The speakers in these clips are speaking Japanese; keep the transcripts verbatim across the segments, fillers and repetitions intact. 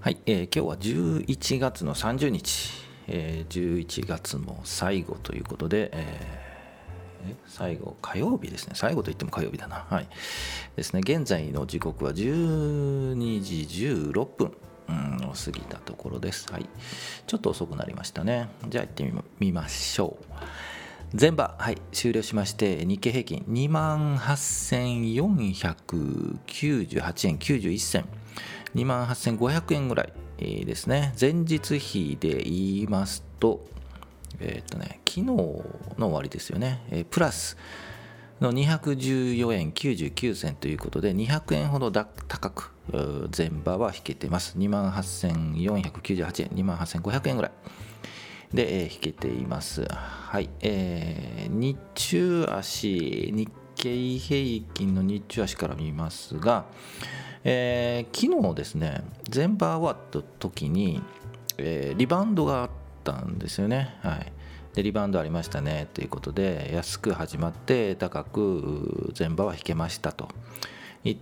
はい、えー、今日はじゅういちがつのさんじゅうにち、えー、じゅういちがつも最後ということで、えー、最後火曜日ですね。最後といっても火曜日だな。はいですね。現在の時刻はじゅうにじじゅうろっぷん、うん、を過ぎたところです。はい、ちょっと遅くなりましたね。じゃあ行ってみましょう。前場、はい、終了しまして、日経平均 にまんはっせんよんひゃくきゅうじゅうはちえんきゅうじゅういっせん、にまんはっせんごひゃくえんぐらいですね。前日比で言いますと、えっとね、昨日の終わりですよね。えー、プラスのにひゃくじゅうよえんきゅうじゅうきゅうせんということで、にひゃくえんほどだ高く前場は引けています。にまんはっせんよんひゃくきゅうじゅうはちえん、にまんはっせんごひゃくえんぐらいで、えー、引けています。はい、えー、日中足、日経平均の日中足から見ますが、えー、昨日ですね、前場終わった時に、えー、リバウンドがあったんですよね。はい、でリバウンドありましたねということで、安く始まって高く前場は引けましたと言って、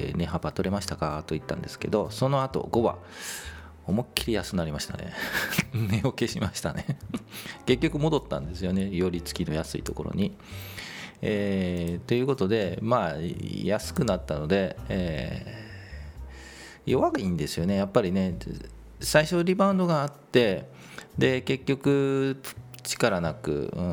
値幅取れましたかと言ったんですけど、その後ごは思いっきり安くなりましたね。値を消しましたね。結局戻ったんですよね、寄り付きの安いところに。えー、ということで、まあ安くなったので、えー、弱いんですよね、やっぱりね。最初リバウンドがあって、で結局力なく、うん、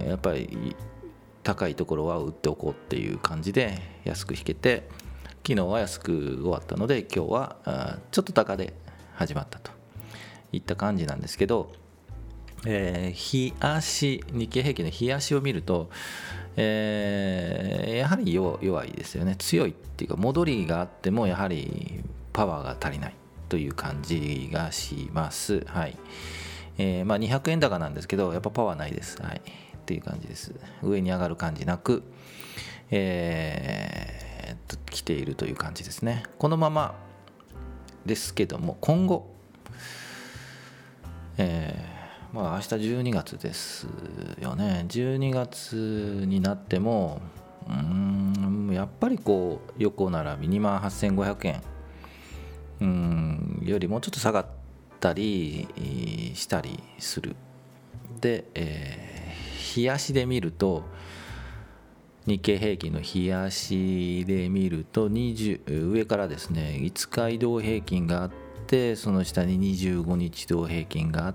やっぱり高いところは売っておこうっていう感じで安く引けて、昨日は安く終わったので、今日はちょっと高で始まったといった感じなんですけど、えー、日足、日経平均の日足を見ると、えー、やはり弱いですよね。強いっていうか、戻りがあってもやはりパワーが足りないという感じがします。はい、えー、まあにひゃくえん高なんですけど、やっぱパワーないです。はい、っていう感じです。上に上がる感じなく、えー、来ているという感じですね。このままですけども、今後、えー、まあ明日じゅうにがつですよね。じゅうにがつになっても、うーん、やっぱりこう横並びにまんはっせんごひゃくえん、うーんよりもうちょっと下がったりしたりする。で、えー、日足で見ると、日経平均の日足で見るとにじゅう上からですね、いつか移動平均があって、その下ににじゅうごにち移動平均があって、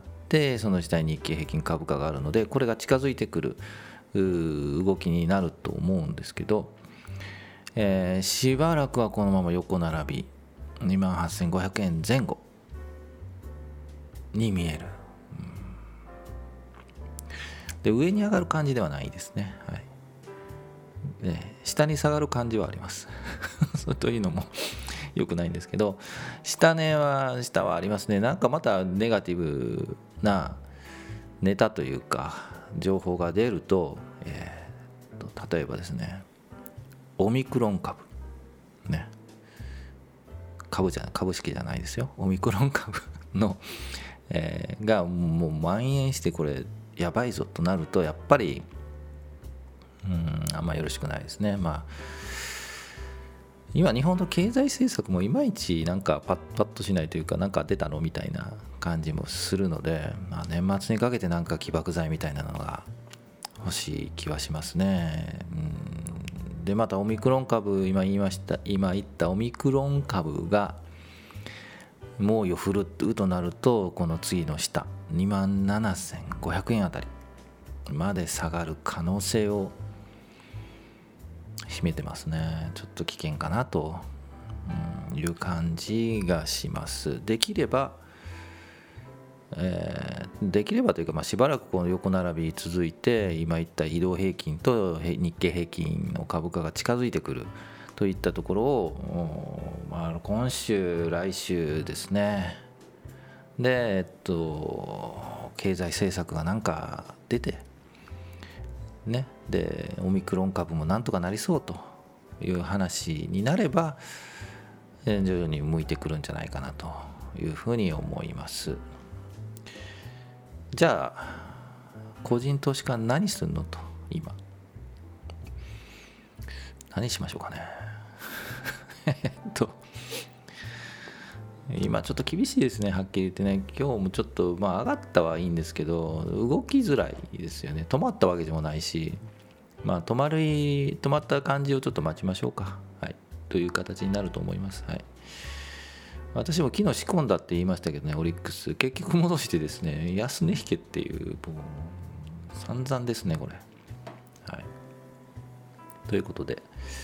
その下に日経平均株価があるので、これが近づいてくる動きになると思うんですけど、えー、しばらくはこのまま横並び にまんはっせんごひゃくえん前後に見える。で上に上がる感じではないですね。はい、で下に下がる感じはあります。そうというのも良くないんですけど、下値は下はありますね。なんかまたネガティブなネタというか情報が出ると、えー、と例えばですね、オミクロン株ね、株じゃ株式じゃないですよ、オミクロン株の、えー、がもう蔓延して、これやばいぞとなると、やっぱりうんあんまよろしくないですね。まあ今日本の経済政策もいまいちなんかパッパッとしないというか、なんか出たのみたいな感じもするので、まあ、年末にかけてなんか起爆剤みたいなのが欲しい気はしますね。うんでまたオミクロン株、今言いました今言ったオミクロン株が猛威を振るうとなると、この次の下 にまんななせんごひゃくえんあたりまで下がる可能性を秘めてますね。ちょっと危険かなという感じがします。できれば、えー、できればというか、まあ、しばらくこの横並び続いて、今言った移動平均と日経平均の株価が近づいてくるといったところを、まあ、今週来週ですね。で、えっと経済政策がなんか出てね、でオミクロン株もなんとかなりそうという話になれば、徐々に向いてくるんじゃないかなというふうに思います。じゃあ個人投資家何するのと、今何しましょうかね。えっと今ちょっと厳しいですね、はっきり言ってね。今日もちょっと、まあ、上がったはいいんですけど、動きづらいですよね。止まったわけでもないし、まあ、止まる止まった感じをちょっと待ちましょうか、はい、という形になると思います。はい、私も昨日仕込んだって言いましたけどね、オリックス、結局戻してですね、安値引けっていう、もう散々ですね、これ。はい、ということで、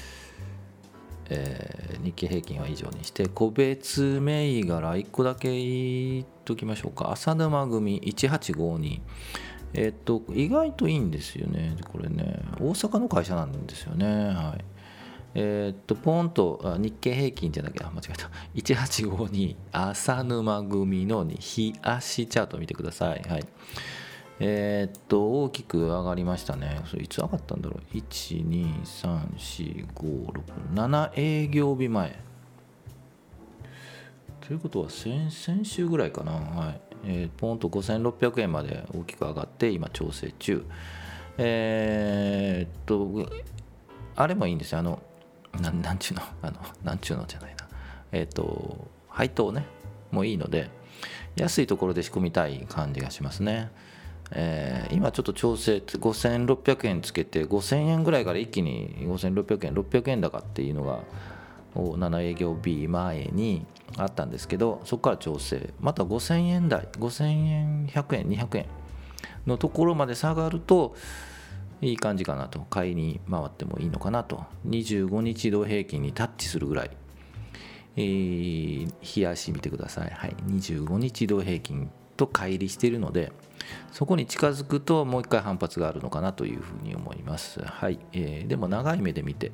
えー、日経平均は以上にして、個別銘柄いっこだけ言っときましょうか。浅沼組いちはちごに、えっと、意外といいんですよね。これね、大阪の会社なんですよね。はい。えっと、ポンと、あ、日経平均じゃなきゃ、間違えた。いちはちごに、浅沼組の日足チャートを見てください。はい。えっと、大きく上がりましたね。それいつ上がったんだろう。いち、に、さん、よん、ご、ろく、なな営業日前。ということは先、先週ぐらいかな。はい。えー、ポンとごせんろっぴゃくえんまで大きく上がって今調整中。えー、っとあれもいいんですよ。あのななんちゅうのあのなんちゅうのじゃないな。えー、っと配当ねもういいので安いところで仕込みたい感じがしますね。えー、今ちょっと調整ごせんろっぴゃくえんつけてごせんえんぐらいから一気にごせんろっぴゃくえんろっぴゃくえん高っていうのがなな営業日前にあったんですけど、そこから調整またごせんえん台ごせんえんひゃくえんにひゃくえんのところまで下がるといい感じかなと、買いに回ってもいいのかなと、にじゅうごにち移動平均にタッチするぐらい、えー、日足見てください。はい、にじゅうごにち移動平均と乖離しているので、そこに近づくともう一回反発があるのかなというふうに思います。はい、えー、でも長い目で見て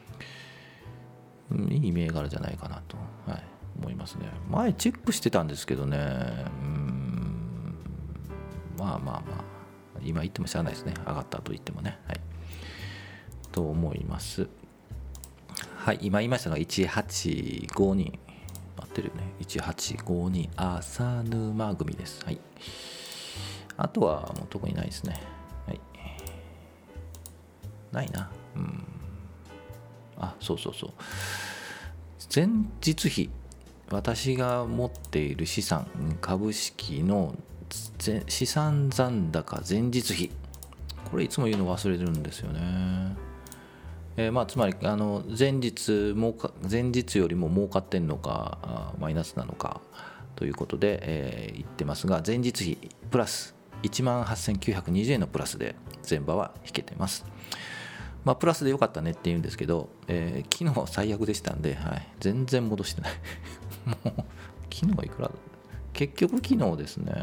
いい銘柄じゃないかなと、はい、思いますね。前チェックしてたんですけどね、うーんまあまあまあ今言ってもしゃあないですね、上がったと言ってもね、はい、と思います。はい、今言いましたのがいちはちごに合ってるよね、いちはちごに浅沼組です。はい、あとはもう特にないですね。はい、ないな。うん。あ、そうそうそう。前日比、私が持っている資産、株式の資産残高前日比、これいつも言うの忘れてるんですよね。えー、まあつまりあの前日もか前日よりも儲かってんのかマイナスなのかということで、えー、言ってますが、前日比プラスいちまんはっせんきゅうひゃくにじゅうえんのプラスで前場は引けてます。まあプラスで良かったねって言うんですけど、えー、昨日最悪でしたんで、はい、全然戻してないもう昨日はいくらだ、結局昨日ですね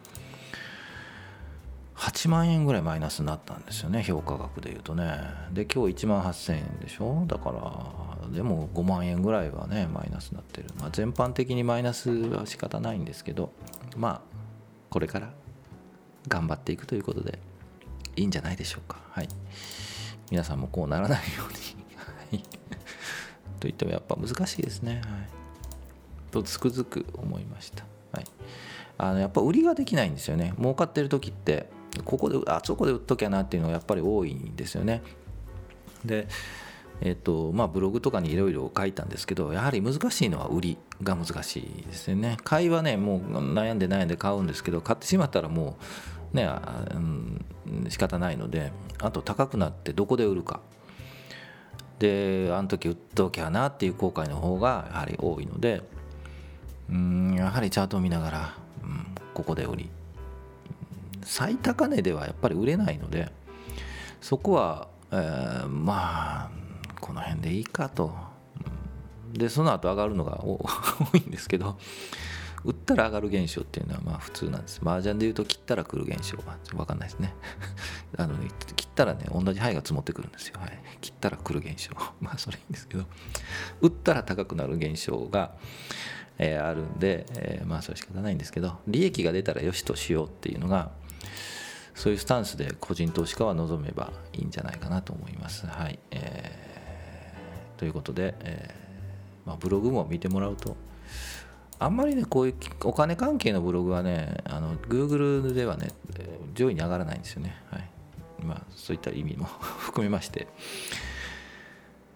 はちまんえんぐらいマイナスになったんですよね、評価額でいうとね。で今日いちまんはっせんえんでしょ、だからでもごまんえんぐらいはねマイナスになってる。まあ全般的にマイナスは仕方ないんですけど、まあこれから頑張っていくということでいいんじゃないでしょうか。はい、皆さんもこうならないようにと言ってもやっぱ難しいですね。はい、とつくづく思いました。はい、あのやっぱ売りができないんですよね。儲かってる時ってここであそこで売っときゃなっていうのがやっぱり多いんですよね。でえっとまあブログとかにいろいろ書いたんですけど、やはり難しいのは売りが難しいですよね。買いはねもう悩んで悩んで買うんですけど、買ってしまったらもうね、うん、仕方ないので、あと高くなってどこで売るかで、あの時売っときゃなっていう後悔の方がやはり多いので、うんやはりチャートを見ながら、うん、ここで売り、最高値ではやっぱり売れないので、そこは、えー、まあこの辺でいいかと。でその後上がるのが多いんですけど、売ったら上がる現象っていうのはまあ普通なんです。麻雀でいうと切ったら来る現象は分かんないですねあのね、切ったらね同じ牌が積もってくるんですよ。はい、切ったら来る現象まあそれいいんですけど、売ったら高くなる現象がえー、あるんで、えー、まあそれ仕方ないんですけど、利益が出たらよしとしようっていうのが、そういうスタンスで個人投資家は望めばいいんじゃないかなと思います。はい、えー、ということで、えーまあ、ブログも見てもらうと、あんまりねこういうお金関係のブログはね、あの Google ではね上位に上がらないんですよね。はい、まあそういった意味も含めまして、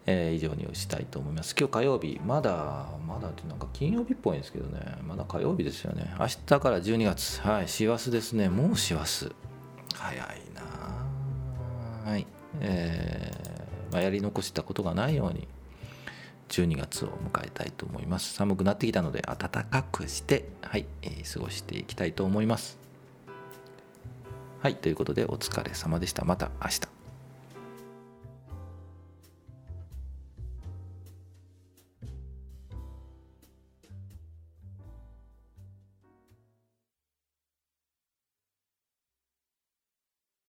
えー以上にしたいと思います。今日火曜日、まだまだってなんか金曜日っぽいんですけどね、まだ火曜日ですよね。明日からじゅうにがつ、はい、師走ですね。もう師走、早いな。はい、えーまあ、やり残したことがないようにじゅうにがつを迎えたいと思います。寒くなってきたので暖かくして、はい、えー過ごしていきたいと思います。はい、ということでお疲れ様でした。また明日。